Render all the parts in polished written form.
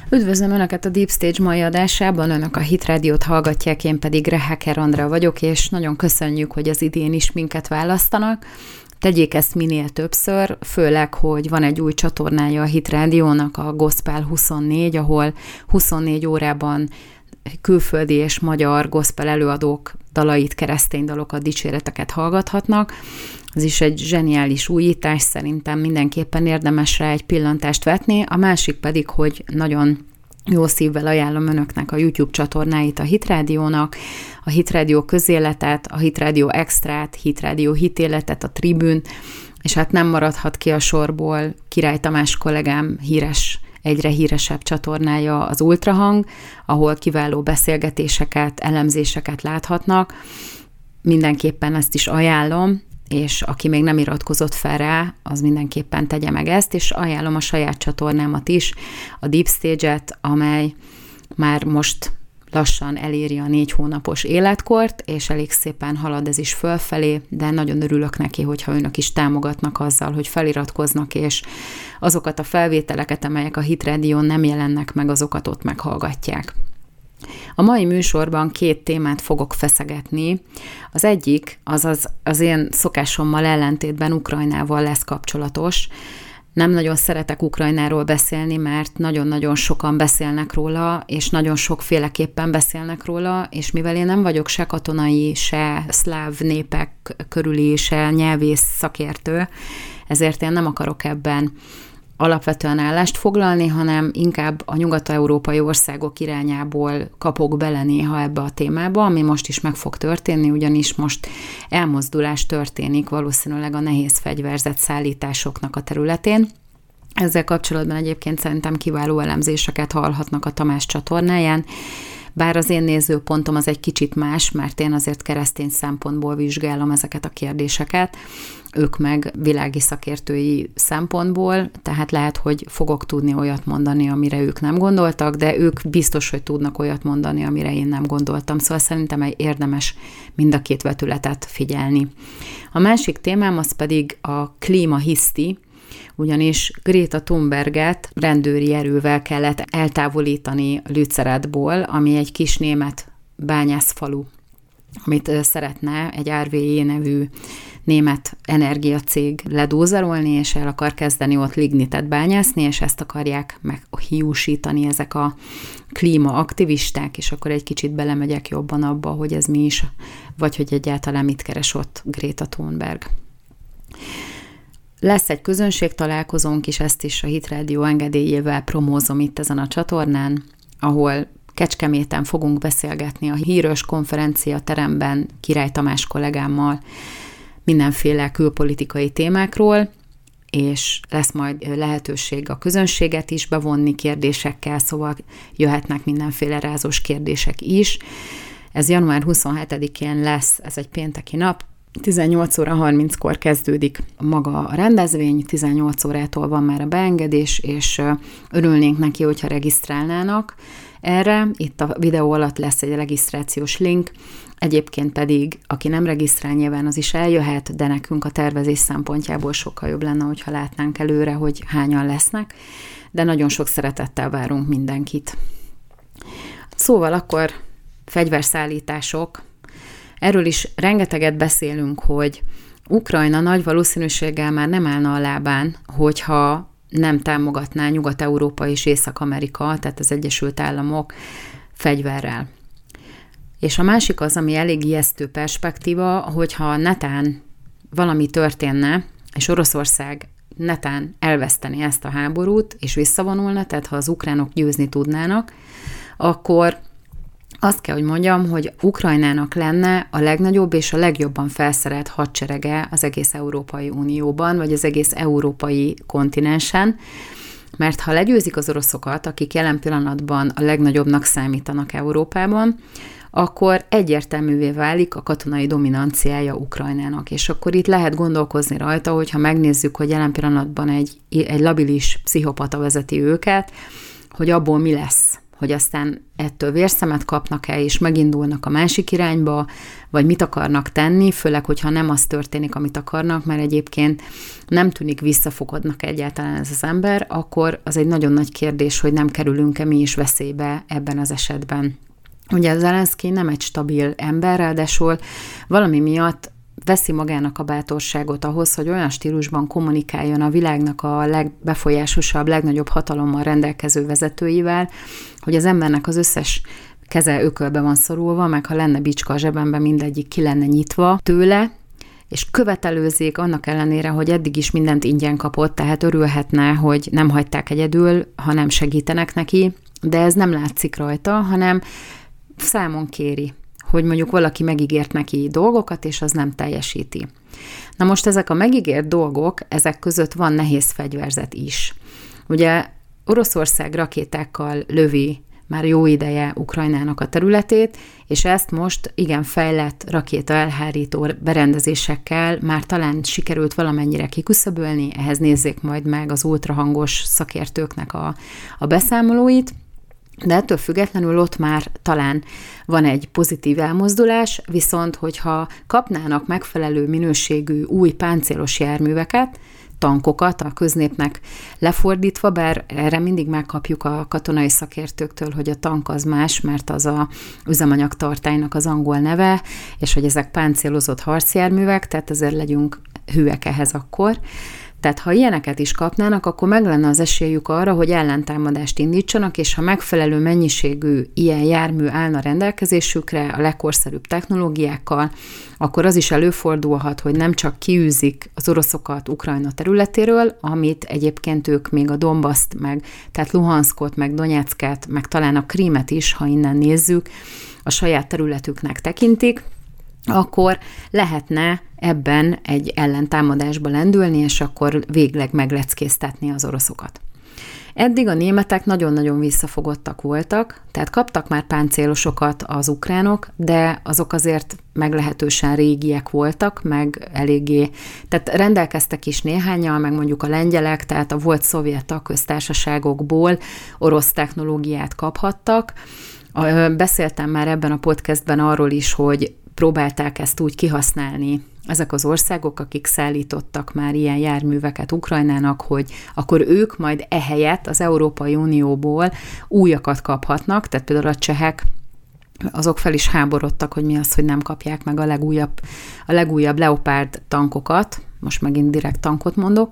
Üdvözlöm Önöket a Deep Stage mai adásában, Önök a Hit Rádiót hallgatják, én pedig Reheker Andrea vagyok, és nagyon köszönjük, hogy az idén is minket választanak. Tegyék ezt minél többször, főleg, hogy van egy új csatornája a Hit Rádiónak, a Gospel 24, ahol 24 órában külföldi és magyar gospel előadók dalait, keresztény dalokat, dicséreteket hallgathatnak. Ez is egy zseniális újítás, szerintem mindenképpen érdemes rá egy pillantást vetni. A másik pedig, hogy nagyon jó szívvel ajánlom Önöknek a YouTube csatornáit a Hit Rádiónak, a Hit Rádió közéletet, a Hit Rádió extrát, Hit Rádió hitéletet, a Tribűn, és hát nem maradhat ki a sorból Király Tamás kollégám egyre híresebb csatornája, az Ultrahang, ahol kiváló beszélgetéseket, elemzéseket láthatnak. Mindenképpen ezt is ajánlom, és aki még nem iratkozott fel rá, az mindenképpen tegye meg ezt, és ajánlom a saját csatornámat is, a Deep Stage-et, amely már most lassan eléri a 4 hónapos életkort, és elég szépen halad ez is fölfelé, de nagyon örülök neki, hogyha Önök is támogatnak azzal, hogy feliratkoznak, és azokat a felvételeket, amelyek a Hit Rádión nem jelennek meg, azokat ott meghallgatják. A mai műsorban 2 témát fogok feszegetni. Az egyik, az én szokásommal ellentétben Ukrajnával lesz kapcsolatos. Nem nagyon szeretek Ukrajnáról beszélni, mert nagyon-nagyon sokan beszélnek róla, és nagyon sokféleképpen beszélnek róla, és mivel én nem vagyok se katonai, se szláv népek körüli, se nyelvész szakértő, ezért én nem akarok ebben alapvetően állást foglalni, hanem inkább a nyugat-európai országok irányából kapok bele néha ebbe a témába, ami most is meg fog történni, ugyanis most elmozdulás történik valószínűleg a nehéz fegyverzet szállításoknak a területén. Ezzel kapcsolatban egyébként szerintem kiváló elemzéseket hallhatnak a Tamás csatornáján, bár az én nézőpontom az egy kicsit más, mert én azért keresztény szempontból vizsgálom ezeket a kérdéseket, ők meg világi szakértői szempontból, tehát lehet, hogy fogok tudni olyat mondani, amire ők nem gondoltak, de ők biztos, hogy tudnak olyat mondani, amire én nem gondoltam. Szóval szerintem érdemes mind a 2 vetületet figyelni. A másik témám az pedig a klímahiszti, ugyanis Greta Thunberget rendőri erővel kellett eltávolítani Lützeradból, ami egy kis német bányászfalu, amit szeretne egy RWE nevű német energiacég ledózerolni, és el akar kezdeni ott lignitet bányászni, és ezt akarják meghiúsítani ezek a klímaaktivisták, és akkor egy kicsit belemegyek jobban abba, hogy ez mi is, vagy hogy egyáltalán mit keres ott Greta Thunberg. Lesz egy közönségtalálkozónk is, ezt is a Hit Rádió engedélyével promózom itt ezen a csatornán, ahol Kecskeméten fogunk beszélgetni a hírös konferencia teremben Király Tamás kollégámmal mindenféle külpolitikai témákról, és lesz majd lehetőség a közönséget is bevonni kérdésekkel, szóval jöhetnek mindenféle rázós kérdések is. Ez január 27-én lesz, ez egy pénteki nap, 18 óra 30-kor kezdődik maga a rendezvény, 18 órától van már a beengedés, és örülnénk neki, hogyha regisztrálnának erre. Itt a videó alatt lesz egy regisztrációs link, egyébként pedig, aki nem regisztrál, nyilván az is eljöhet, de nekünk a tervezés szempontjából sokkal jobb lenne, hogyha látnánk előre, hogy hányan lesznek, de nagyon sok szeretettel várunk mindenkit. Szóval akkor fegyverszállítások. Erről is rengeteget beszélünk, hogy Ukrajna nagy valószínűséggel már nem állna a lábán, hogyha nem támogatná Nyugat-Európa és Észak-Amerika, tehát az Egyesült Államok fegyverrel. És a másik az, ami elég ijesztő perspektíva, hogyha netán valami történne, és Oroszország netán elveszteni ezt a háborút, és visszavonulna, tehát ha az ukránok győzni tudnának, akkor azt kell, hogy mondjam, hogy Ukrajnának lenne a legnagyobb és a legjobban felszerelt hadserege az egész Európai Unióban, vagy az egész európai kontinensen, mert ha legyőzik az oroszokat, akik jelen pillanatban a legnagyobbnak számítanak Európában, akkor egyértelművé válik a katonai dominanciája Ukrajnának. És akkor itt lehet gondolkozni rajta, hogyha megnézzük, hogy jelen pillanatban egy labilis pszichopata vezeti őket, hogy abból mi lesz, hogy aztán ettől vérszemet kapnak-e, és megindulnak a másik irányba, vagy mit akarnak tenni, főleg, hogyha nem az történik, amit akarnak, mert egyébként nem tűnik visszafogodnak egyáltalán ez az ember, akkor az egy nagyon nagy kérdés, hogy nem kerülünk-e mi is veszélybe ebben az esetben. Ugye Zelenszkij nem egy stabil ember, ráadásul valami miatt veszi magának a bátorságot ahhoz, hogy olyan stílusban kommunikáljon a világnak a legbefolyásosabb, legnagyobb hatalommal rendelkező vezetőivel, hogy az embernek az összes keze ökölbe van szorulva, meg ha lenne bicska a zsebemben, mindegyik ki lenne nyitva tőle, és követelőzik annak ellenére, hogy eddig is mindent ingyen kapott, tehát örülhetne, hogy nem hagyták egyedül, hanem segítenek neki, de ez nem látszik rajta, hanem számon kéri, hogy mondjuk valaki megígért neki dolgokat, és az nem teljesíti. Na most ezek a megígért dolgok, ezek között van nehéz fegyverzet is. Ugye Oroszország rakétákkal lövi már jó ideje Ukrajnának a területét, és ezt most igen fejlett rakéta elhárító berendezésekkel már talán sikerült valamennyire kiküszöbölni, ehhez nézzék majd meg az ultrahangos szakértőknek a beszámolóit, de ettől függetlenül ott már talán van egy pozitív elmozdulás, viszont hogyha kapnának megfelelő minőségű új páncélos járműveket, tankokat a köznépnek lefordítva, bár erre mindig megkapjuk a katonai szakértőktől, hogy a tank az más, mert az a üzemanyagtartálynak az angol neve, és hogy ezek páncélozott harcjárművek, tehát ezért legyünk hűek ehhez akkor. Tehát ha ilyeneket is kapnának, akkor meg lenne az esélyük arra, hogy ellentámadást indítsanak, és ha megfelelő mennyiségű ilyen jármű állna rendelkezésükre a legkorszerűbb technológiákkal, akkor az is előfordulhat, hogy nem csak kiűzik az oroszokat Ukrajna területéről, amit egyébként ők még a Donbaszt, meg tehát Luhanszkot, meg Donyecket, meg talán a Krímet is, ha innen nézzük, a saját területüknek tekintik, akkor lehetne ebben egy ellentámadásba lendülni, és akkor végleg megleckéztetni az oroszokat. Eddig a németek nagyon-nagyon visszafogottak voltak, tehát kaptak már páncélosokat az ukránok, de azok azért meglehetősen régiek voltak, meg eléggé, tehát rendelkeztek is néhánnyal, meg mondjuk a lengyelek, tehát a volt szovjet tagköztársaságokból orosz technológiát kaphattak. Beszéltem már ebben a podcastben arról is, hogy próbálták ezt úgy kihasználni ezek az országok, akik szállítottak már ilyen járműveket Ukrajnának, hogy akkor ők majd ehelyett az Európai Unióból újakat kaphatnak, tehát például a csehek, azok fel is háborodtak, hogy mi az, hogy nem kapják meg a legújabb Leopard tankokat, most megint direkt tankot mondok,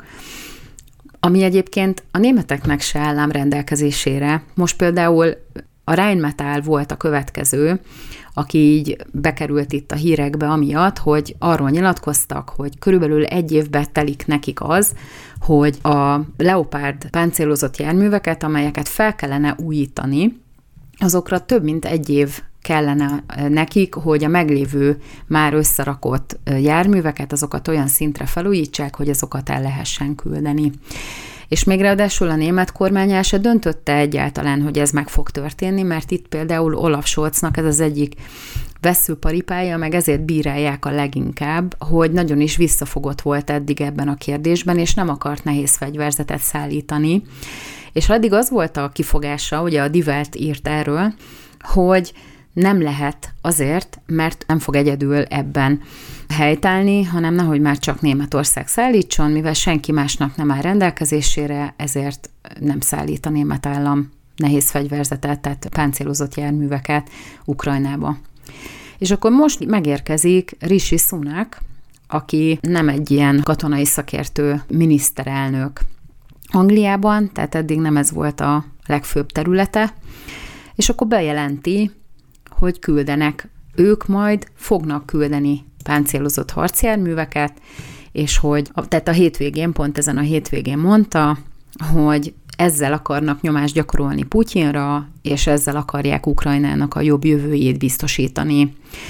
ami egyébként a németeknek se áll rendelkezésére. Most például a Rheinmetall volt a következő, aki így bekerült itt a hírekbe amiatt, hogy arról nyilatkoztak, hogy körülbelül 1 évbe telik nekik az, hogy a Leopard páncélozott járműveket, amelyeket fel kellene újítani, azokra több mint 1 év kellene nekik, hogy a meglévő már összerakott járműveket, azokat olyan szintre felújítsák, hogy azokat el lehessen küldeni. És még ráadásul a német kormány el se döntötte egyáltalán, hogy ez meg fog történni, mert itt például Olaf Scholznak ez az egyik vesszőparipája, meg ezért bírálják a leginkább, hogy nagyon is visszafogott volt eddig ebben a kérdésben, és nem akart nehéz fegyverzetet szállítani. És addig az volt a kifogása, ugye a Die Welt írt erről, hogy nem lehet azért, mert nem fog egyedül ebben helytállni, hanem nehogy már csak Németország szállítson, mivel senki másnak nem áll rendelkezésére, ezért nem szállít a német állam nehéz fegyverzetet, tehát páncélozott járműveket Ukrajnába. És akkor most megérkezik Rishi Sunak, aki nem egy ilyen katonai szakértő miniszterelnök Angliában, tehát eddig nem ez volt a legfőbb területe, és akkor bejelenti, hogy küldenek, ők majd fognak küldeni páncélozott harcjárműveket, és hogy, tehát a hétvégén, pont ezen a hétvégén mondta, hogy ezzel akarnak nyomást gyakorolni Putyinra, és ezzel akarják Ukrajnának a jobb jövőjét biztosítani.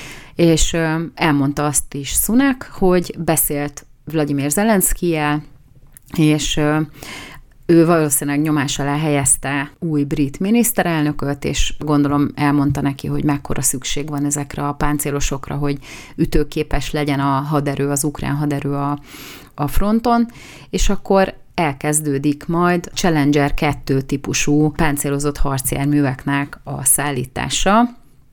És elmondta azt is Sunak, hogy beszélt Vladimir Zelenszkijjel, és ő valószínűleg nyomás alá helyezte új brit miniszterelnököt, és gondolom elmondta neki, hogy mekkora szükség van ezekre a páncélosokra, hogy ütőképes legyen a haderő, az ukrán haderő a fronton, és akkor elkezdődik majd Challenger 2 típusú páncélozott harcjárműveknek a szállítása,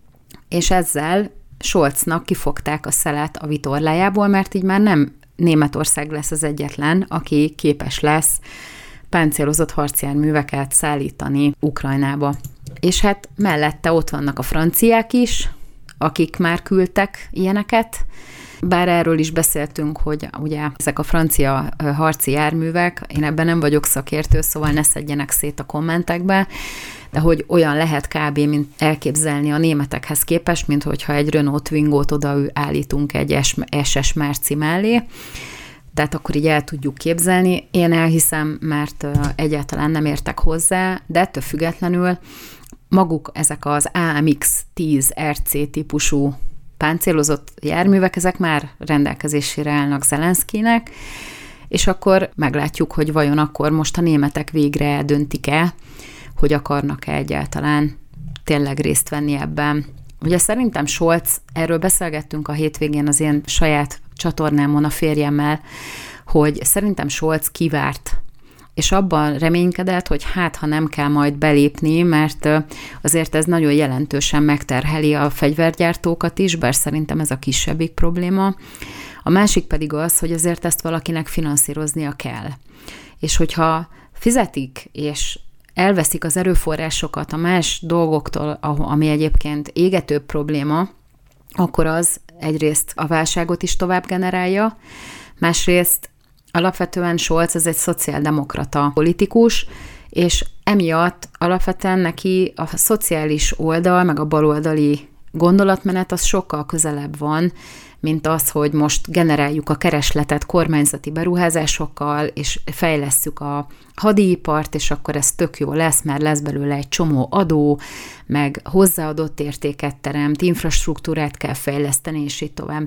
és ezzel Scholznak kifogták a szelet a vitorlájából, mert így már nem Németország lesz az egyetlen, aki képes lesz páncélozott harcjárműveket szállítani Ukrajnába. És hát mellette ott vannak a franciák is, akik már küldtek ilyeneket, bár erről is beszéltünk, hogy ugye ezek a francia harci járművek, én ebben nem vagyok szakértő, szóval ne szedjenek szét a kommentekbe, de hogy olyan lehet kb. Mint elképzelni a németekhez képest, mint hogyha egy Renault Twingo-t oda állítunk egy SS Merci mellé, tehát akkor így el tudjuk képzelni. Én elhiszem, mert egyáltalán nem értek hozzá, de ettől függetlenül maguk ezek az AMX-10 RC típusú páncélozott járművek, ezek már rendelkezésére állnak Zelenszkijnek, és akkor meglátjuk, hogy vajon akkor most a németek végre döntik-e, hogy akarnak-e egyáltalán tényleg részt venni ebben. Ugye szerintem Scholz, erről beszélgettünk a hétvégén az én saját csatornámon a férjemmel, hogy szerintem Scholz kivárt, és abban reménykedett, hogy hát, ha nem kell majd belépni, mert azért ez nagyon jelentősen megterheli a fegyvergyártókat is, bár szerintem ez a kisebbik probléma. A másik pedig az, hogy azért ezt valakinek finanszíroznia kell. És hogyha fizetik, és elveszik az erőforrásokat a más dolgoktól, ami egyébként égetőbb probléma, akkor az egyrészt a válságot is tovább generálja, másrészt alapvetően Scholz ez egy szociáldemokrata politikus, és emiatt alapvetően neki a szociális oldal, meg a baloldali gondolatmenet az sokkal közelebb van, mint az, hogy most generáljuk a keresletet kormányzati beruházásokkal, és fejlesszük a hadipart, és akkor ez tök jó lesz, mert lesz belőle egy csomó adó, meg hozzáadott értéket teremt, infrastruktúrát kell fejleszteni, és így tovább.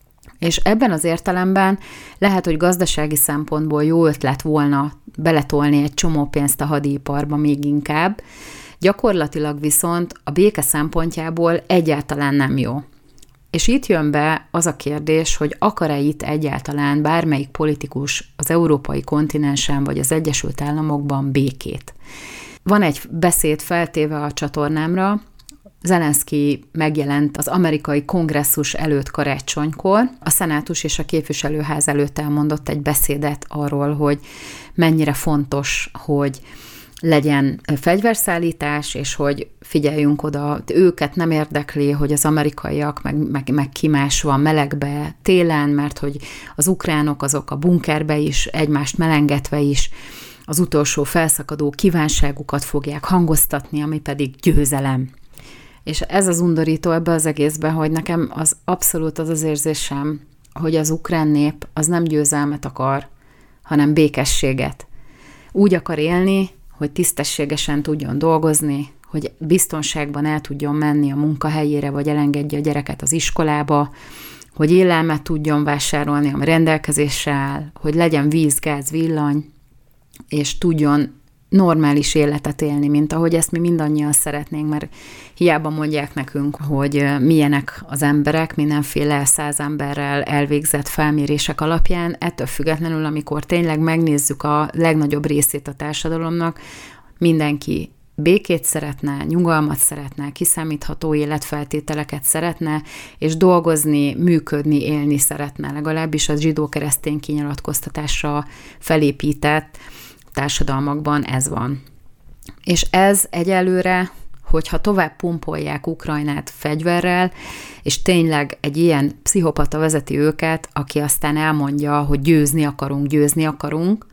És ebben az értelemben lehet, hogy gazdasági szempontból jó ötlet volna beletolni egy csomó pénzt a hadiiparba még inkább, gyakorlatilag viszont a béke szempontjából egyáltalán nem jó. És itt jön be az a kérdés, hogy akar-e itt egyáltalán bármelyik politikus az európai kontinensen vagy az Egyesült Államokban békét. Van egy beszéd feltéve a csatornámra, Zelenszkij megjelent az amerikai kongresszus előtt karácsonykor, a szenátus és a képviselőház előtt elmondott egy beszédet arról, hogy mennyire fontos, hogy legyen fegyverszállítás, és hogy figyeljünk oda, őket nem érdekli, hogy az amerikaiak meg ki más van melegbe télen, mert hogy az ukránok azok a bunkerbe is, egymást melengetve is az utolsó felszakadó kívánságukat fogják hangoztatni, ami pedig győzelem. És ez az undorító ebbe az egészben, hogy nekem az abszolút az érzésem, hogy az ukrán nép az nem győzelmet akar, hanem békességet. Úgy akar élni, hogy tisztességesen tudjon dolgozni, hogy biztonságban el tudjon menni a munkahelyére, vagy elengedje a gyereket az iskolába, hogy élelmet tudjon vásárolni, ami rendelkezésre áll, hogy legyen víz, gáz, villany, és tudjon normális életet élni, mint ahogy ezt mi mindannyian szeretnénk, mert hiába mondják nekünk, hogy milyenek az emberek, mindenféle 100 emberrel elvégzett felmérések alapján, ettől függetlenül, amikor tényleg megnézzük a legnagyobb részét a társadalomnak, mindenki békét szeretne, nyugalmat szeretne, kiszámítható életfeltételeket szeretne, és dolgozni, működni, élni szeretne, legalábbis a zsidó-keresztény kinyilatkoztatásra felépített társadalmakban ez van. És ez egyelőre, hogyha tovább pumpolják Ukrajnát fegyverrel, és tényleg egy ilyen pszichopata vezeti őket, aki aztán elmondja, hogy győzni akarunk,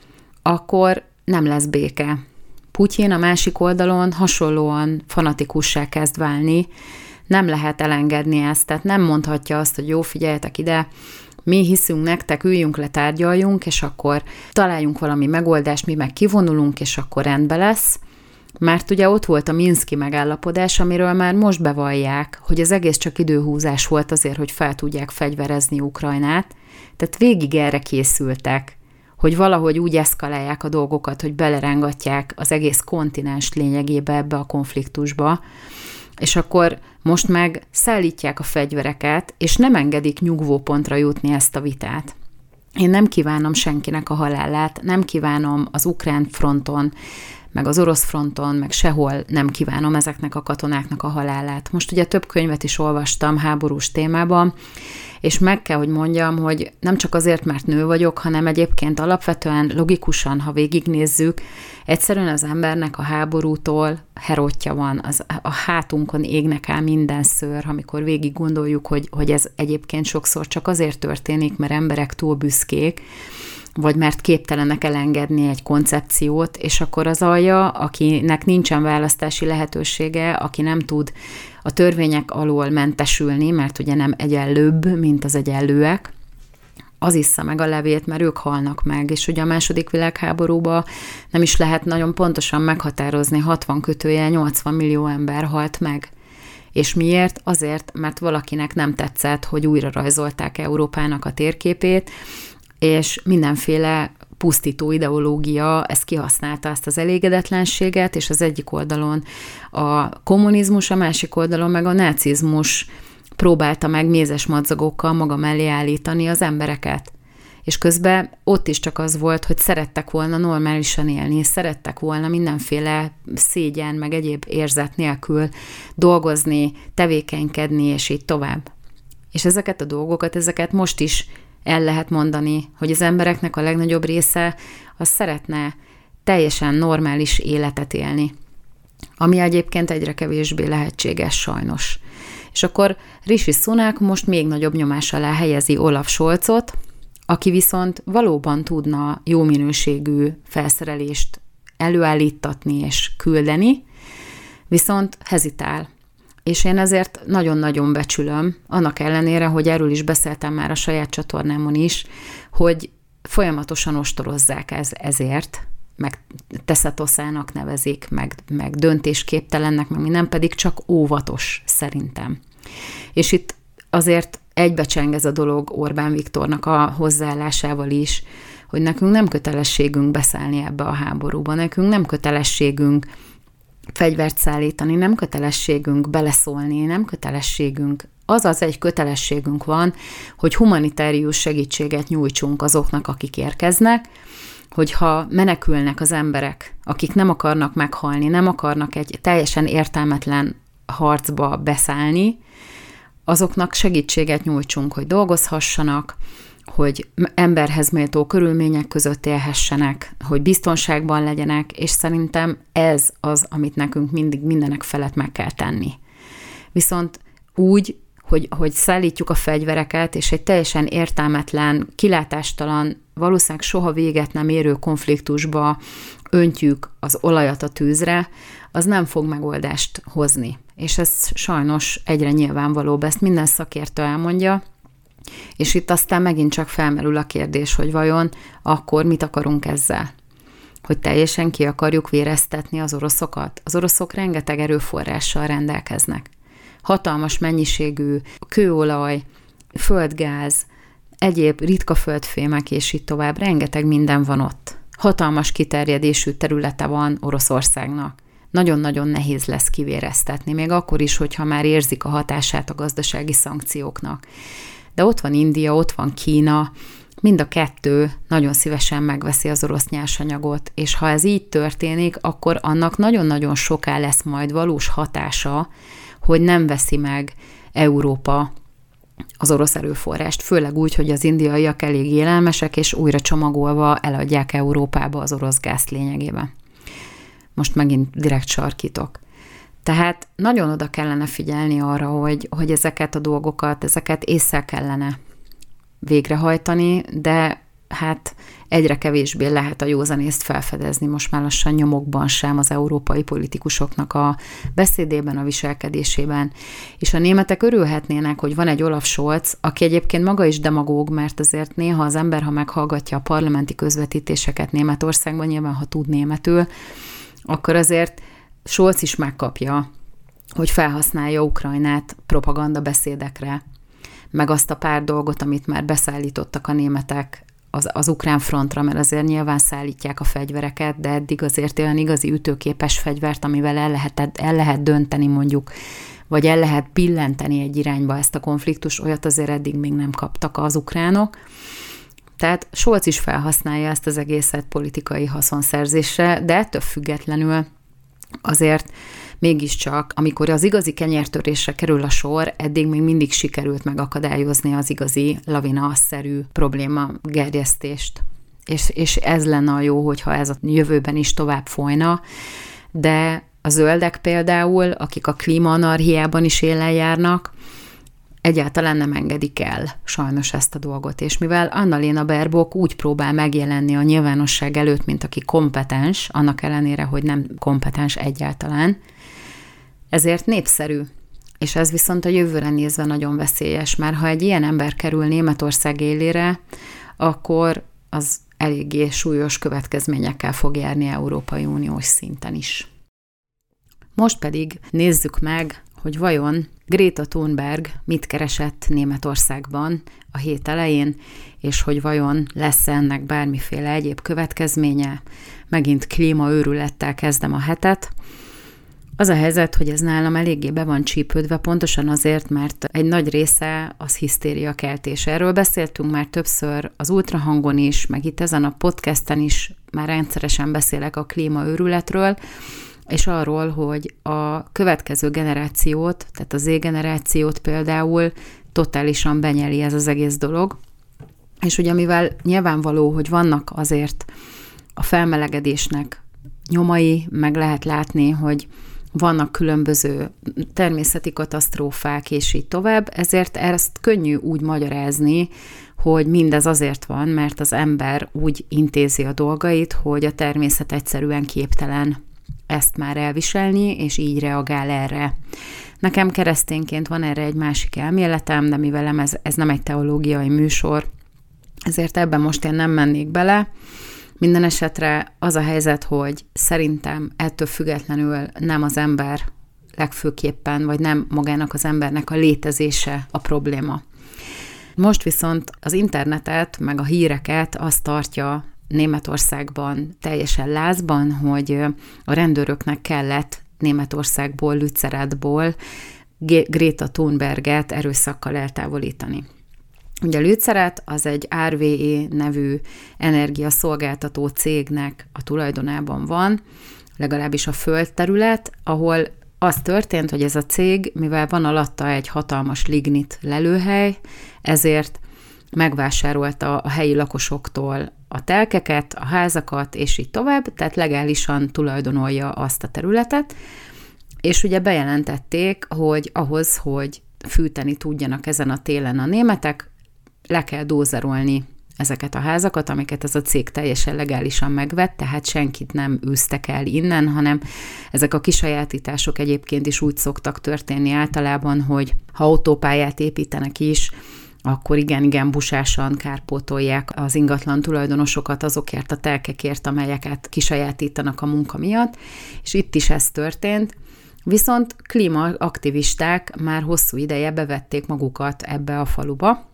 akkor nem lesz béke. Putyin a másik oldalon hasonlóan fanatikussá kezd válni, nem lehet elengedni ezt, tehát nem mondhatja azt, hogy jó, figyeljetek ide, mi hiszünk nektek, üljünk le, tárgyaljunk, és akkor találjunk valami megoldást, mi meg kivonulunk, és akkor rendben lesz. Mert ugye ott volt a minszki megállapodás, amiről már most bevallják, hogy az egész csak időhúzás volt azért, hogy fel tudják fegyverezni Ukrajnát. Tehát végig erre készültek, hogy valahogy úgy eszkalálják a dolgokat, hogy belerángatják az egész kontinens lényegébe ebbe a konfliktusba, és akkor most meg szállítják a fegyvereket, és nem engedik nyugvópontra jutni ezt a vitát. Én nem kívánom senkinek a halálát, nem kívánom az ukrán fronton, meg az orosz fronton, meg sehol nem kívánom ezeknek a katonáknak a halálát. Most ugye több könyvet is olvastam háborús témában, és meg kell, hogy mondjam, hogy nem csak azért, mert nő vagyok, hanem egyébként alapvetően logikusan, ha végignézzük, egyszerűen az embernek a háborútól herótja van, a hátunkon égnek áll minden szőr, amikor végig gondoljuk, hogy ez egyébként sokszor csak azért történik, mert emberek túl büszkék, vagy mert képtelenek elengedni egy koncepciót, és akkor az alja, akinek nincsen választási lehetősége, aki nem tud a törvények alól mentesülni, mert ugye nem egyenlőbb, mint az egyenlőek, az issza meg a levét, mert ők halnak meg. És ugye a második világháborúban nem is lehet nagyon pontosan meghatározni, 60-80 millió ember halt meg. És miért? Azért, mert valakinek nem tetszett, hogy újra rajzolták Európának a térképét, és mindenféle pusztító ideológia ezt kihasználta, ezt az elégedetlenséget, és az egyik oldalon a kommunizmus, a másik oldalon meg a nácizmus próbálta meg mézes madzagokkal maga mellé állítani az embereket. És közben ott is csak az volt, hogy szerettek volna normálisan élni, szerettek volna mindenféle szégyen, meg egyéb érzet nélkül dolgozni, tevékenykedni, és így tovább. És ezeket a dolgokat, ezeket most is el lehet mondani, hogy az embereknek a legnagyobb része az szeretne teljesen normális életet élni, ami egyébként egyre kevésbé lehetséges sajnos. És akkor Rishi Sunak most még nagyobb nyomás alá helyezi Olaf Scholzot, aki viszont valóban tudna jó minőségű felszerelést előállítatni és küldeni, viszont hezitál. És én ezért nagyon-nagyon becsülöm, annak ellenére, hogy erről is beszéltem már a saját csatornámon is, hogy folyamatosan ostorozzák ezért, meg teszetoszának nevezik, meg döntésképtelennek, meg minden, pedig csak óvatos szerintem. És itt azért egybecseng ez a dolog Orbán Viktornak a hozzáállásával is, hogy nekünk nem kötelességünk beszállni ebbe a háborúba, nekünk nem kötelességünk fegyvert szállítani, nem kötelességünk beleszólni, nem kötelességünk. Azaz egy kötelességünk van, hogy humanitárius segítséget nyújtsunk azoknak, akik érkeznek, hogyha menekülnek az emberek, akik nem akarnak meghalni, nem akarnak egy teljesen értelmetlen harcba beszállni, azoknak segítséget nyújtsunk, hogy dolgozhassanak, hogy emberhez méltó körülmények között élhessenek, hogy biztonságban legyenek, és szerintem ez az, amit nekünk mindig mindenek felett meg kell tenni. Viszont úgy, hogy szállítjuk a fegyvereket, és egy teljesen értelmetlen, kilátástalan, valószínűleg soha véget nem érő konfliktusba öntjük az olajat a tűzre, az nem fog megoldást hozni. És ez sajnos egyre nyilvánvalóbb, ezt minden szakértő elmondja, és itt aztán megint csak felmerül a kérdés, hogy vajon akkor mit akarunk ezzel? Hogy teljesen ki akarjuk véreztetni az oroszokat? Az oroszok rengeteg erőforrással rendelkeznek. Hatalmas mennyiségű kőolaj, földgáz, egyéb ritka földfémek, és így tovább, rengeteg minden van ott. Hatalmas kiterjedésű területe van Oroszországnak. Nagyon-nagyon nehéz lesz kivéreztetni, még akkor is, hogyha már érzik a hatását a gazdasági szankcióknak. De ott van India, ott van Kína, mind a kettő nagyon szívesen megveszi az orosz nyersanyagot, és ha ez így történik, akkor annak nagyon-nagyon soká lesz majd valós hatása, hogy nem veszi meg Európa az orosz erőforrást, főleg úgy, hogy az indiaiak elég élelmesek, és újra csomagolva eladják Európába az orosz gázt lényegében. Most megint direkt sarkítok. Tehát nagyon oda kellene figyelni arra, hogy ezeket a dolgokat, ezeket észre kellene végrehajtani, de hát egyre kevésbé lehet a józanészt felfedezni most már lassan nyomokban sem az európai politikusoknak a beszédében, a viselkedésében. És a németek örülhetnének, hogy van egy Olaf Scholz, aki egyébként maga is demagóg, mert azért néha az ember, ha meghallgatja a parlamenti közvetítéseket Németországban, nyilván ha tud németül, akkor azért Scholz is megkapja, hogy felhasználja Ukrajnát propaganda beszédekre, meg azt a pár dolgot, amit már beszállítottak a németek az ukrán frontra, mert azért nyilván szállítják a fegyvereket, de eddig azért olyan igazi ütőképes fegyvert, amivel el lehet dönteni mondjuk, vagy el lehet billenteni egy irányba ezt a konfliktust, olyat azért eddig még nem kaptak az ukránok. Tehát Scholz is felhasználja ezt az egészet politikai haszonszerzésre, de ettől függetlenül azért mégiscsak, amikor az igazi kenyértörésre kerül a sor, eddig még mindig sikerült megakadályozni az igazi lavina-szerű probléma gerjesztést. És ez lenne a jó, hogyha ez a jövőben is tovább folyna, de a zöldek például, akik a klímaanarchiában is élen járnak, egyáltalán nem engedik el sajnos ezt a dolgot, és mivel Annalena Baerbock úgy próbál megjelenni a nyilvánosság előtt, mint aki kompetens, annak ellenére, hogy nem kompetens egyáltalán, ezért népszerű. És ez viszont a jövőre nézve nagyon veszélyes, mert ha egy ilyen ember kerül Németország élére, akkor az eléggé súlyos következményekkel fog járni Európai Uniós szinten is. Most pedig nézzük meg, hogy vajon Greta Thunberg mit keresett Németországban a hét elején, és hogy vajon lesz ennek bármiféle egyéb következménye. Megint klímaőrülettel kezdem a hetet. Az a helyzet, hogy ez nálam eléggé be van csípődve, pontosan azért, mert egy nagy része az hisztériakeltés. Erről beszéltünk már többször az Ultrahangon is, meg itt ezen a podcasten is már rendszeresen beszélek a klímaőrületről, és arról, hogy a következő generációt, tehát az Z-generációt például totálisan benyeli ez az egész dolog. És ugye mivel nyilvánvaló, hogy vannak azért a felmelegedésnek nyomai, meg lehet látni, hogy vannak különböző természeti katasztrófák, és így tovább, ezért ezt könnyű úgy magyarázni, hogy mindez azért van, mert az ember úgy intézi a dolgait, hogy a természet egyszerűen képtelen ezt már elviselni, és így reagál erre. Nekem keresztényként van erre egy másik elméletem, de mivel ez nem egy teológiai műsor, ezért ebben most én nem mennék bele. Minden esetre az a helyzet, hogy szerintem ettől függetlenül nem az ember legfőképpen, vagy nem magának az embernek a létezése a probléma. Most viszont az internetet, meg a híreket azt tartja Németországban teljesen lázban, hogy a rendőröknek kellett Németországból, Lützeradból Greta Thunberget erőszakkal eltávolítani. Ugye Lützerath az egy RWE nevű energiaszolgáltató cégnek a tulajdonában van, legalábbis a földterület, ahol az történt, hogy ez a cég, mivel van alatta egy hatalmas lignit lelőhely, ezért megvásárolta a helyi lakosoktól a telkeket, a házakat, és így tovább, tehát legálisan tulajdonolja azt a területet, és ugye bejelentették, hogy ahhoz, hogy fűteni tudjanak ezen a télen a németek, le kell dózerolni ezeket a házakat, amiket ez a cég teljesen legálisan megvett, tehát senkit nem űztek el innen, hanem ezek a kisajátítások egyébként is úgy szoktak történni általában, hogy ha autópályát építenek is, akkor igen, busásan kárpótolják az ingatlan tulajdonosokat azokért a telkekért, amelyeket kisajátítanak a munka miatt, és itt is ez történt. Viszont klímaaktivisták már hosszú ideje bevették magukat ebbe a faluba,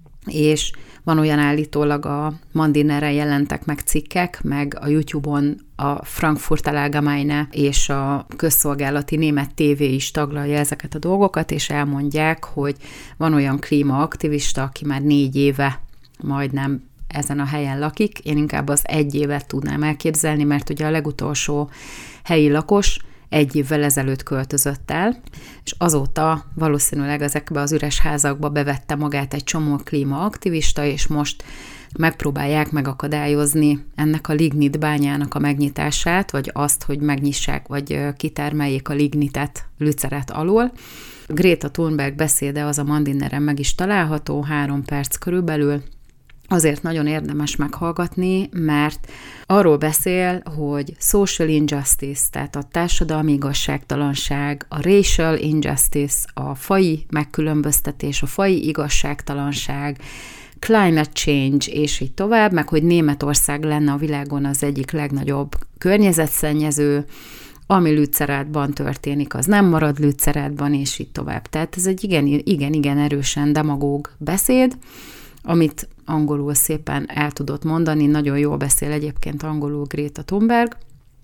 és van olyan állítólag a Mandineren jelentek meg cikkek, meg a YouTube-on a Frankfurter Allgemeine és a közszolgálati német TV is taglalja ezeket a dolgokat, és elmondják, hogy van olyan klímaaktivista, aki már 4 éve majdnem ezen a helyen lakik. Én inkább az 1 évet tudnám elképzelni, mert ugye a legutolsó helyi lakos 1 évvel ezelőtt költözött el, és azóta valószínűleg ezekbe az üres házakba bevette magát egy csomó klímaaktivista, és most megpróbálják megakadályozni ennek a lignit bányának a megnyitását, vagy azt, hogy megnyissák, vagy kitermeljék a lignitet Lützerath alól. Greta Thunberg beszéde az a Mandineren meg is található, 3 perc körülbelül. Azért nagyon érdemes meghallgatni, mert arról beszél, hogy social injustice, tehát a társadalmi igazságtalanság, a racial injustice, a faji megkülönböztetés, a faji igazságtalanság, climate change, és így tovább, meg hogy Németország lenne a világon az egyik legnagyobb környezetszennyező, ami Lützerathban történik, az nem marad Lützerathban, és így tovább. Tehát ez egy igen erősen demagóg beszéd, amit angolul szépen el tudott mondani, nagyon jól beszél egyébként angolul Greta Thunberg,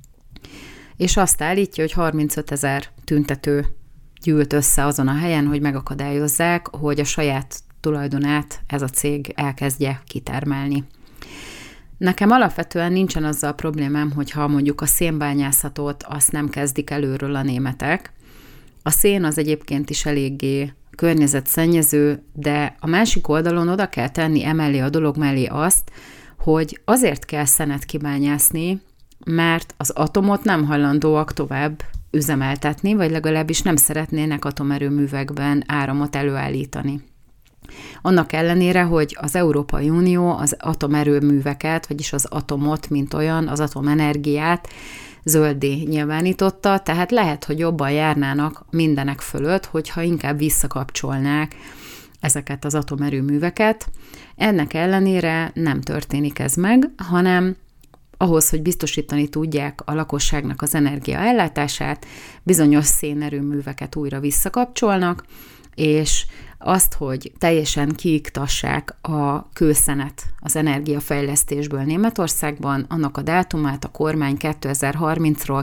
és azt állítja, hogy 35 000 tüntető gyűlt össze azon a helyen, hogy megakadályozzák, hogy a saját tulajdonát ez a cég elkezdje kitermelni. Nekem alapvetően nincsen azzal problémám, hogyha mondjuk a szénbányászatot azt nem kezdik előről a németek. A szén az egyébként is eléggé környezetszennyező, de a másik oldalon oda kell tenni emellé a dolog mellé azt, hogy azért kell szenet kibányászni, mert az atomot nem hajlandóak tovább üzemeltetni, vagy legalábbis nem szeretnének atomerőművekben áramot előállítani. Annak ellenére, hogy az Európai Unió az atomerőműveket, vagyis az atomot, mint olyan, az atomenergiát zölddé nyilvánította, tehát lehet, hogy jobban járnának mindenek fölött, hogyha inkább visszakapcsolnák ezeket az atomerőműveket. Ennek ellenére nem történik ez meg, hanem ahhoz, hogy biztosítani tudják a lakosságnak az energiaellátását, bizonyos szénerőműveket újra visszakapcsolnak, és azt, hogy teljesen kiiktassák a kőszenet az energiafejlesztésből Németországban, annak a dátumát a kormány 2030-ról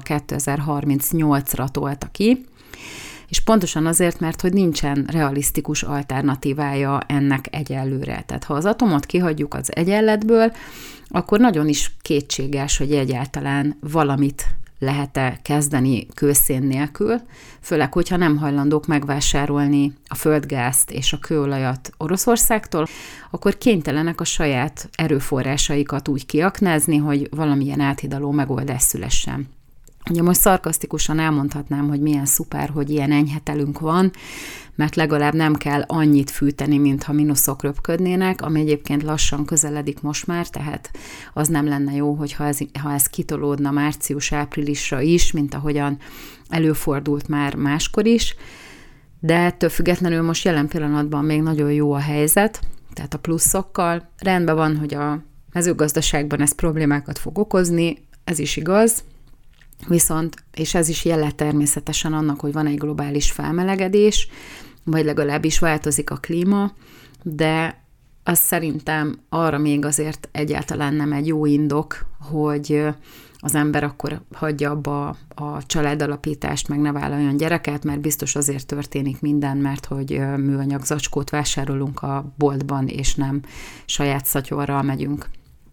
2038-ra tolta ki, és pontosan azért, mert hogy nincsen realisztikus alternatívája ennek egyelőre. Tehát ha az atomot kihagyjuk az egyenletből, akkor nagyon is kétséges, hogy egyáltalán valamit lehet-e kezdeni kőszén nélkül, főleg, hogyha nem hajlandók megvásárolni a földgázt és a kőolajat Oroszországtól, akkor kénytelenek a saját erőforrásaikat úgy kiaknázni, hogy valamilyen áthidaló megoldás szülessen. Ugye most szarkasztikusan elmondhatnám, hogy milyen szuper, hogy ilyen enyhetelünk van, mert legalább nem kell annyit fűteni, mintha mínuszok röpködnének, ami egyébként lassan közeledik most már, tehát az nem lenne jó, ha ez kitolódna március-áprilisra is, mint ahogyan előfordult már máskor is, de ettől függetlenül most jelen pillanatban még nagyon jó a helyzet, tehát a pluszokkal. Rendben van, hogy a mezőgazdaságban ez problémákat fog okozni, ez is igaz, viszont, és ez is jele természetesen annak, hogy van egy globális felmelegedés, vagy legalábbis változik a klíma, de az szerintem arra még azért egyáltalán nem egy jó indok, hogy az ember akkor hagyja abba a családalapítást, meg ne vállaljon gyereket, mert biztos azért történik minden, mert hogy műanyag zacskót vásárolunk a boltban, és nem saját szatyorral megyünk.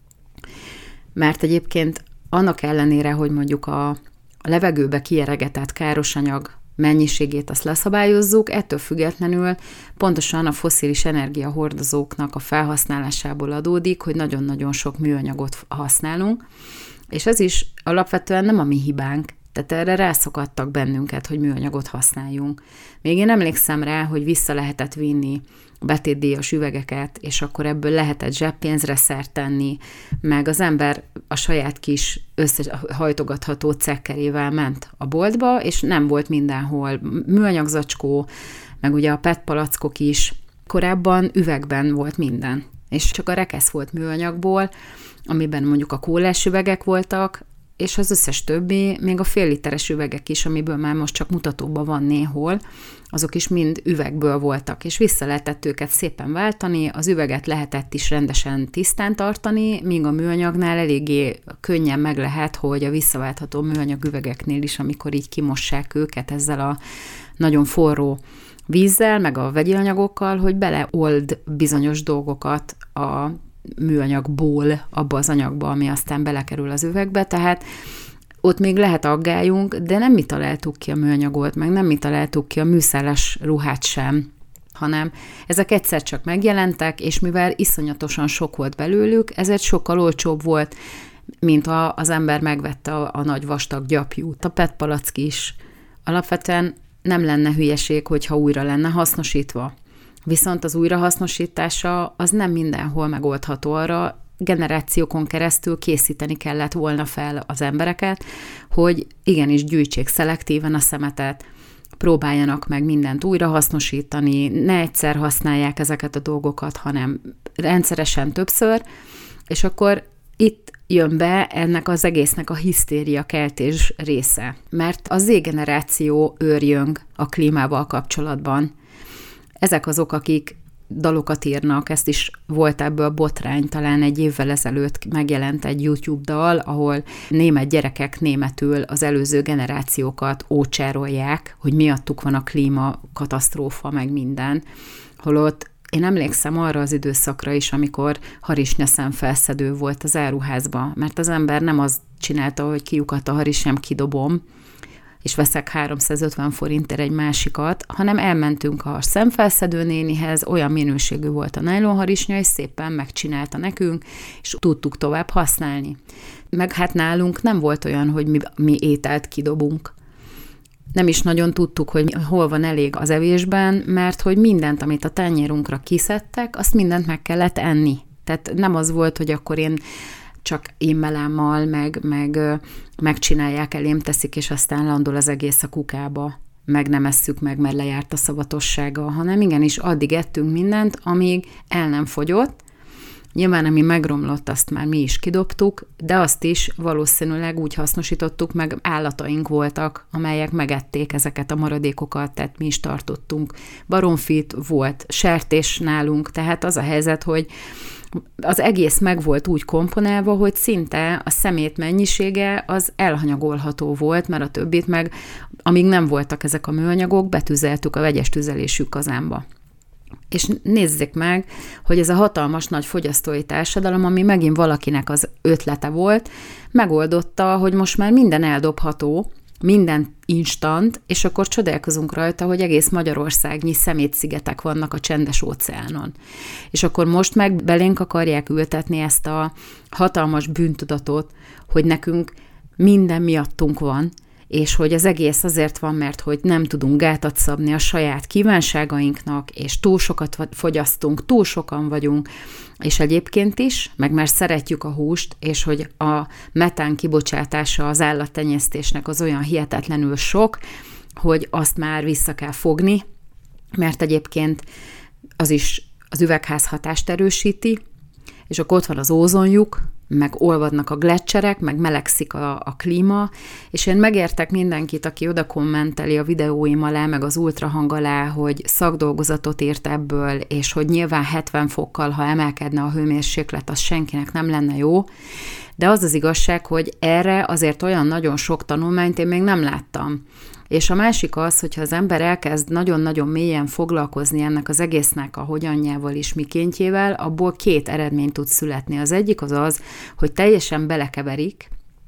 Mert egyébként annak ellenére, hogy mondjuk a levegőbe kieregetett károsanyag mennyiségét azt leszabályozzuk, ettől függetlenül pontosan a fosszilis energiahordozóknak a felhasználásából adódik, hogy nagyon-nagyon sok műanyagot használunk, és ez is alapvetően nem a mi hibánk, tehát erre rászokadtak bennünket, hogy műanyagot használjunk. Még én emlékszem rá, hogy vissza lehetett vinni betétdíjas üvegeket, és akkor ebből lehetett zseppénzre szert tenni, meg az ember a saját kis összehajtogatható cekkerével ment a boltba, és nem volt mindenhol műanyagzacskó, meg ugye a PET palackok is. Korábban üvegben volt minden, és csak a rekesz volt műanyagból, amiben mondjuk a kólás üvegek voltak, és az összes többi, még a fél literes üvegek is, amiből már most csak mutatóban van néhol, azok is mind üvegből voltak, és vissza lehetett őket szépen váltani, az üveget lehetett is rendesen tisztán tartani, míg a műanyagnál eléggé könnyen meg lehet, hogy a visszaváltható műanyag üvegeknél is, amikor így kimossák őket ezzel a nagyon forró vízzel, meg a vegyi anyagokkal, hogy beleold bizonyos dolgokat a műanyagból abba az anyagba, ami aztán belekerül az üvegbe, tehát ott még lehet aggályunk, de nem mi találtuk ki a műanyagot, meg nem mi találtuk ki a műszálas ruhát sem, hanem ezek egyszer csak megjelentek, és mivel iszonyatosan sok volt belőlük, ezért sokkal olcsóbb volt, mint ha az ember megvette a nagy vastag gyapjút. A PET palack is alapvetően nem lenne hülyeség, hogyha újra lenne hasznosítva. Viszont az újrahasznosítása az nem mindenhol megoldható, arra generációkon keresztül készíteni kellett volna fel az embereket, hogy igenis gyűjtsék szelektíven a szemetet, próbáljanak meg mindent újrahasznosítani, ne egyszer használják ezeket a dolgokat, hanem rendszeresen többször, és akkor itt jön be ennek az egésznek a hisztériakeltés része, mert a Z-generáció őrjöng a klímával kapcsolatban. Ezek azok, akik dalokat írnak, ezt is volt ebből botrány, talán egy évvel ezelőtt megjelent egy YouTube dal, ahol német gyerekek németül az előző generációkat ócsárolják, hogy miattuk van a klímakatasztrófa, meg minden, holott Én emlékszem arra az időszakra is, amikor harisnyaszemfelszedő volt az áruházban, mert az ember nem azt csinálta, hogy kiukat a harisnyám, kidobom, és veszek 350 forintért egy másikat, hanem elmentünk a szemfelszedő nénihez, olyan minőségű volt a nájlonharisnya, és szépen megcsinálta nekünk, és tudtuk tovább használni. Meg hát nálunk nem volt olyan, hogy mi ételt kidobunk. Nem is nagyon tudtuk, hogy hol van elég az evésben, mert hogy mindent, amit a tányérunkra kiszedtek, azt mindent meg kellett enni. Tehát nem az volt, hogy akkor én csak immelámmal, meg megcsinálják, elém teszik, és aztán landol az egész a kukába, meg nem esszük meg, mert lejárt a szavatossága, hanem igenis addig ettünk mindent, amíg el nem fogyott. Nyilván, ami megromlott, azt már mi is kidobtuk, de azt is valószínűleg úgy hasznosítottuk, meg állataink voltak, amelyek megették ezeket a maradékokat, tehát mi is tartottunk. Baromfit volt, sertés nálunk, tehát az a helyzet, hogy az egész meg volt úgy komponálva, hogy szinte a szemét mennyisége az elhanyagolható volt, mert a többit meg, amíg nem voltak ezek a műanyagok, betüzeltük a vegyes tüzelésű kazánba. És nézzék meg, hogy ez a hatalmas nagy fogyasztói társadalom, ami megint valakinek az ötlete volt, megoldotta, hogy most már minden eldobható, minden instant, és akkor csodálkozunk rajta, hogy egész Magyarországnyi szemétszigetek vannak a csendes óceánon. És akkor most meg belénk akarják ültetni ezt a hatalmas bűntudatot, hogy nekünk minden miattunk van, és hogy az egész azért van, mert hogy nem tudunk gátat szabni a saját kívánságainknak, és túl sokat fogyasztunk, túl sokan vagyunk, és egyébként is, meg mert szeretjük a húst, és hogy a metán kibocsátása az állattenyésztésnek az olyan hihetetlenül sok, hogy azt már vissza kell fogni, mert egyébként az is az üvegházhatást erősíti, és akkor ott van az ózonlyuk, meg olvadnak a gleccserek, meg melegszik a klíma, és én megértek mindenkit, aki oda kommenteli a videóim alá, meg az ultrahang alá, hogy szakdolgozatot írt ebből, és hogy nyilván 70 fokkal, ha emelkedne a hőmérséklet, az senkinek nem lenne jó, de az az igazság, hogy erre azért olyan nagyon sok tanulmányt én még nem láttam. És a másik az, hogyha az ember elkezd nagyon-nagyon mélyen foglalkozni ennek az egésznek a hogyanjával és mikéntjével, abból 2 eredmény tud születni. Az egyik az az, hogy teljesen belekeverik,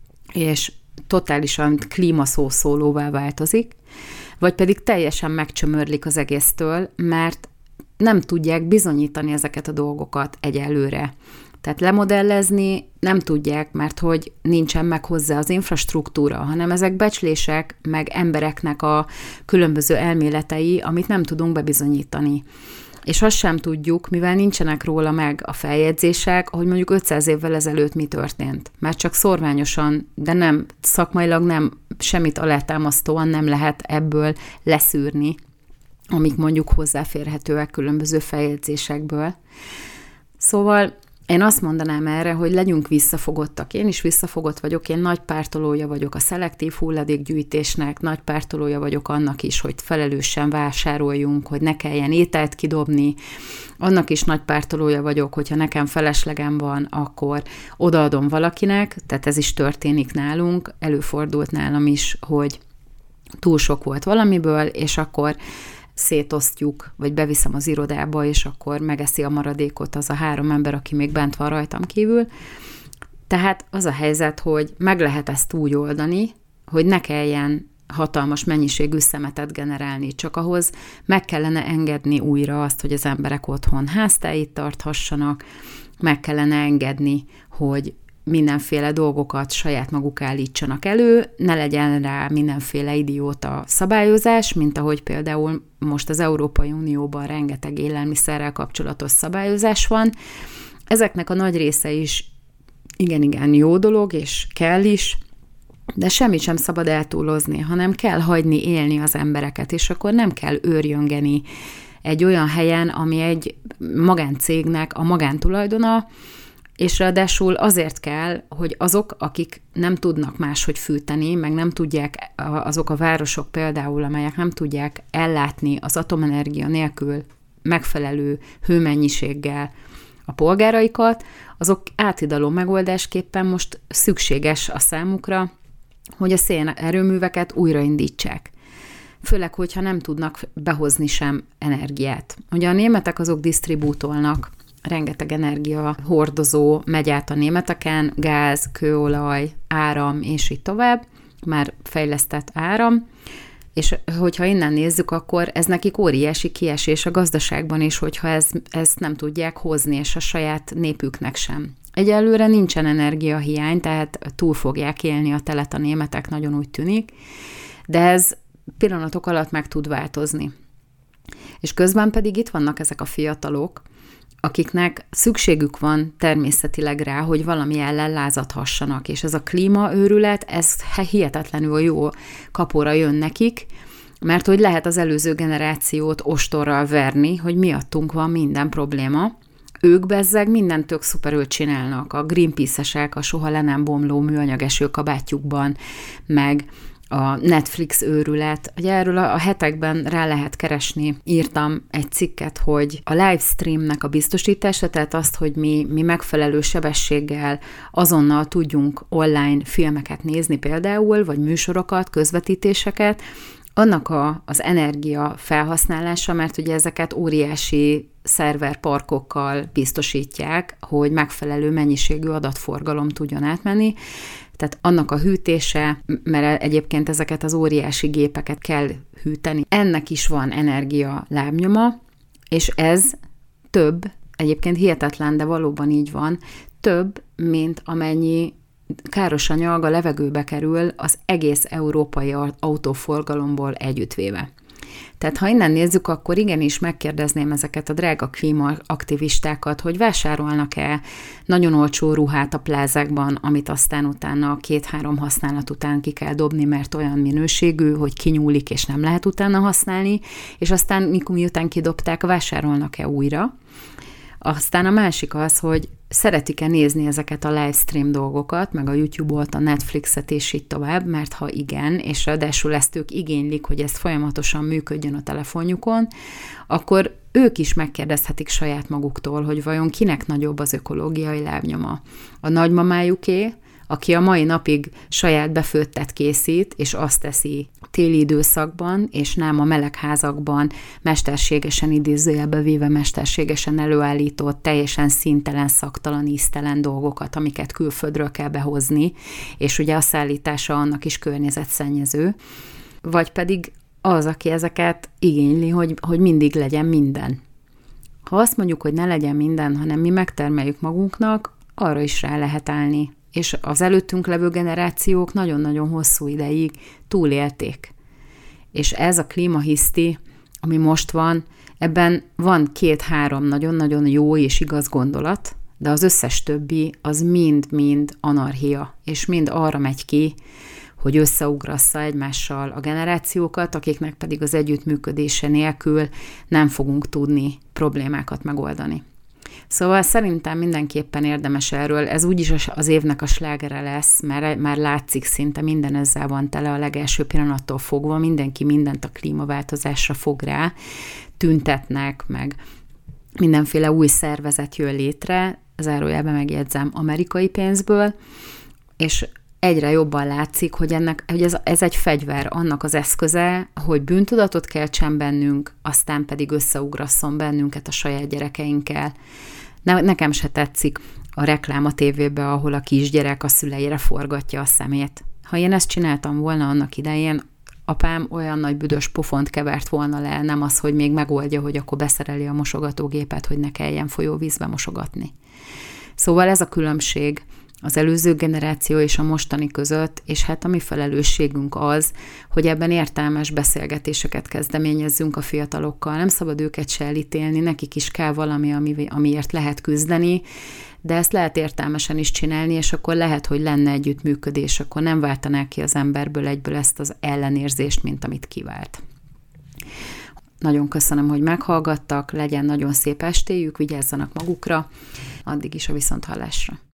és totálisan klímaszószólóvá változik, vagy pedig teljesen megcsömörlik az egésztől, mert nem tudják bizonyítani ezeket a dolgokat egyelőre. Tehát lemodellezni nem tudják, mert hogy nincsen meg hozzá az infrastruktúra, hanem ezek becslések, meg embereknek a különböző elméletei, amit nem tudunk bebizonyítani. És azt sem tudjuk, mivel nincsenek róla meg a feljegyzések, hogy mondjuk 500 évvel ezelőtt mi történt. Mert csak szorványosan, de nem szakmailag nem, semmit alátámasztóan nem lehet ebből leszűrni, amik mondjuk hozzáférhetőek különböző feljegyzésekből. Szóval én azt mondanám erre, hogy legyünk visszafogottak. Én is visszafogott vagyok, én nagy pártolója vagyok a szelektív hulladékgyűjtésnek, nagy pártolója vagyok annak is, hogy felelősen vásároljunk, hogy ne kelljen ételt kidobni. Annak is nagy pártolója vagyok, hogyha nekem feleslegem van, akkor odaadom valakinek, tehát ez is történik nálunk, előfordult nálam is, hogy túl sok volt valamiből, és akkor szétosztjuk, vagy beviszem az irodába, és akkor megeszi a maradékot az a 3 ember, aki még bent van rajtam kívül. Tehát az a helyzet, hogy meg lehet ezt úgy oldani, hogy ne kelljen hatalmas mennyiségű szemetet generálni, csak ahhoz meg kellene engedni újra azt, hogy az emberek otthon háztáit tarthassanak, meg kellene engedni, hogy mindenféle dolgokat saját maguk állítsanak elő, ne legyen rá mindenféle idióta szabályozás, mint ahogy például most az Európai Unióban rengeteg élelmiszerrel kapcsolatos szabályozás van. Ezeknek a nagy része is igen jó dolog, és kell is, de semmit sem szabad eltúlozni, hanem kell hagyni élni az embereket, és akkor nem kell őrjöngeni egy olyan helyen, ami egy magáncégnek a magántulajdona, és ráadásul azért kell, hogy azok, akik nem tudnak máshogy fűteni, meg nem tudják, azok a városok például, amelyek nem tudják ellátni az atomenergia nélkül megfelelő hőmennyiséggel a polgáraikat, azok áthidaló megoldásképpen most szükséges a számukra, hogy a szénerőműveket újraindítsák. főleg, hogyha nem tudnak behozni sem energiát. Ugye a németek azok disztribútolnak, rengeteg energia hordozó megy át a németeken, gáz, kőolaj, áram, és így tovább, már fejlesztett áram, és hogyha innen nézzük, akkor ez nekik óriási kiesés a gazdaságban is, hogyha ezt nem tudják hozni, és a saját népüknek sem. Egyelőre nincsen energiahiány, tehát túl fogják élni a telet a németek, nagyon úgy tűnik, de ez pillanatok alatt meg tud változni. És közben pedig itt vannak ezek a fiatalok, akiknek szükségük van természetileg rá, hogy valami ellen lázadhassanak, és ez a klímaőrület, ez hihetetlenül jó kapóra jön nekik, mert hogy lehet az előző generációt ostorral verni, hogy miattunk van minden probléma. Ők bezzeg mindent tök szuperül csinálnak, a Greenpeace-esek a soha le nem bomló műanyag esőkabátjukban, meg a Netflix őrület. Ugye erről a hetekben rá lehet keresni. Írtam egy cikket, hogy a livestreamnek a biztosítása, tehát azt, hogy mi megfelelő sebességgel azonnal tudjunk online filmeket nézni például, vagy műsorokat, közvetítéseket, annak az energia felhasználása, mert ugye ezeket óriási szerverparkokkal biztosítják, hogy megfelelő mennyiségű adatforgalom tudjon átmenni, tehát annak a hűtése, mert egyébként ezeket az óriási gépeket kell hűteni. Ennek is van energia lábnyoma, és ez több, egyébként hihetetlen, de valóban így van, több, mint amennyi káros anyag a levegőbe kerül az egész európai autóforgalomból együttvéve. Tehát ha innen nézzük, akkor igenis megkérdezném ezeket a drága klímaaktivistákat, hogy vásárolnak-e nagyon olcsó ruhát a plázákban, amit aztán utána 2-3 használat után ki kell dobni, mert olyan minőségű, hogy kinyúlik és nem lehet utána használni, és aztán miután kidobták, vásárolnak-e újra. Aztán a másik az, hogy szeretik-e nézni ezeket a livestream dolgokat, meg a YouTube-ot, a Netflixet és így tovább, mert ha igen, és ráadásul ezt ők igénylik, hogy ez folyamatosan működjön a telefonjukon, akkor ők is megkérdezhetik saját maguktól, hogy vajon kinek nagyobb az ökológiai lábnyoma. A nagymamájuké, aki a mai napig saját befőttet készít, és azt teszi téli időszakban, és nem a melegházakban mesterségesen, idézőjelbe véve mesterségesen előállított, teljesen színtelen, szaktalan, íztelen dolgokat, amiket külföldről kell behozni, és ugye a szállítása annak is környezetszennyező, vagy pedig az, aki ezeket igényli, hogy mindig legyen minden. Ha azt mondjuk, hogy ne legyen minden, hanem mi megtermeljük magunknak, arra is rá lehet állni. És az előttünk levő generációk nagyon-nagyon hosszú ideig túlélték. És ez a klímahiszti, ami most van, ebben van 2-3 nagyon-nagyon jó és igaz gondolat, de az összes többi az mind-mind anarchia, és mind arra megy ki, hogy összeugrassza egymással a generációkat, akiknek pedig az együttműködése nélkül nem fogunk tudni problémákat megoldani. Szóval szerintem mindenképpen érdemes erről, ez úgyis az évnek a slágere lesz, mert már látszik szinte minden ezzel van tele a legelső pillanattól fogva, mindenki mindent a klímaváltozásra fog rá, tüntetnek, meg mindenféle új szervezet jön létre, zárójelben megjegyzem, amerikai pénzből, és egyre jobban látszik, hogy ez egy fegyver, annak az eszköze, hogy bűntudatot keltsen bennünk, aztán pedig összeugrasszon bennünket a saját gyerekeinkkel. Nekem se tetszik a reklám a tévében, ahol a kisgyerek a szüleire forgatja a szemét. Ha én ezt csináltam volna annak idején, apám olyan nagy büdös pofont kevert volna le, nem az, hogy még megoldja, hogy akkor beszereli a mosogatógépet, hogy ne kelljen folyóvízbe mosogatni. Szóval ez a különbség az előző generáció és a mostani között, és hát a mi felelősségünk az, hogy ebben értelmes beszélgetéseket kezdeményezzünk a fiatalokkal. Nem szabad őket se elítélni, nekik is kell valami, amiért lehet küzdeni, de ezt lehet értelmesen is csinálni, és akkor lehet, hogy lenne együttműködés, akkor nem váltanák ki az emberből egyből ezt az ellenérzést, mint amit kivált. Nagyon köszönöm, hogy meghallgattak, legyen nagyon szép estéjük, vigyázzanak magukra, addig is a viszonthallásra.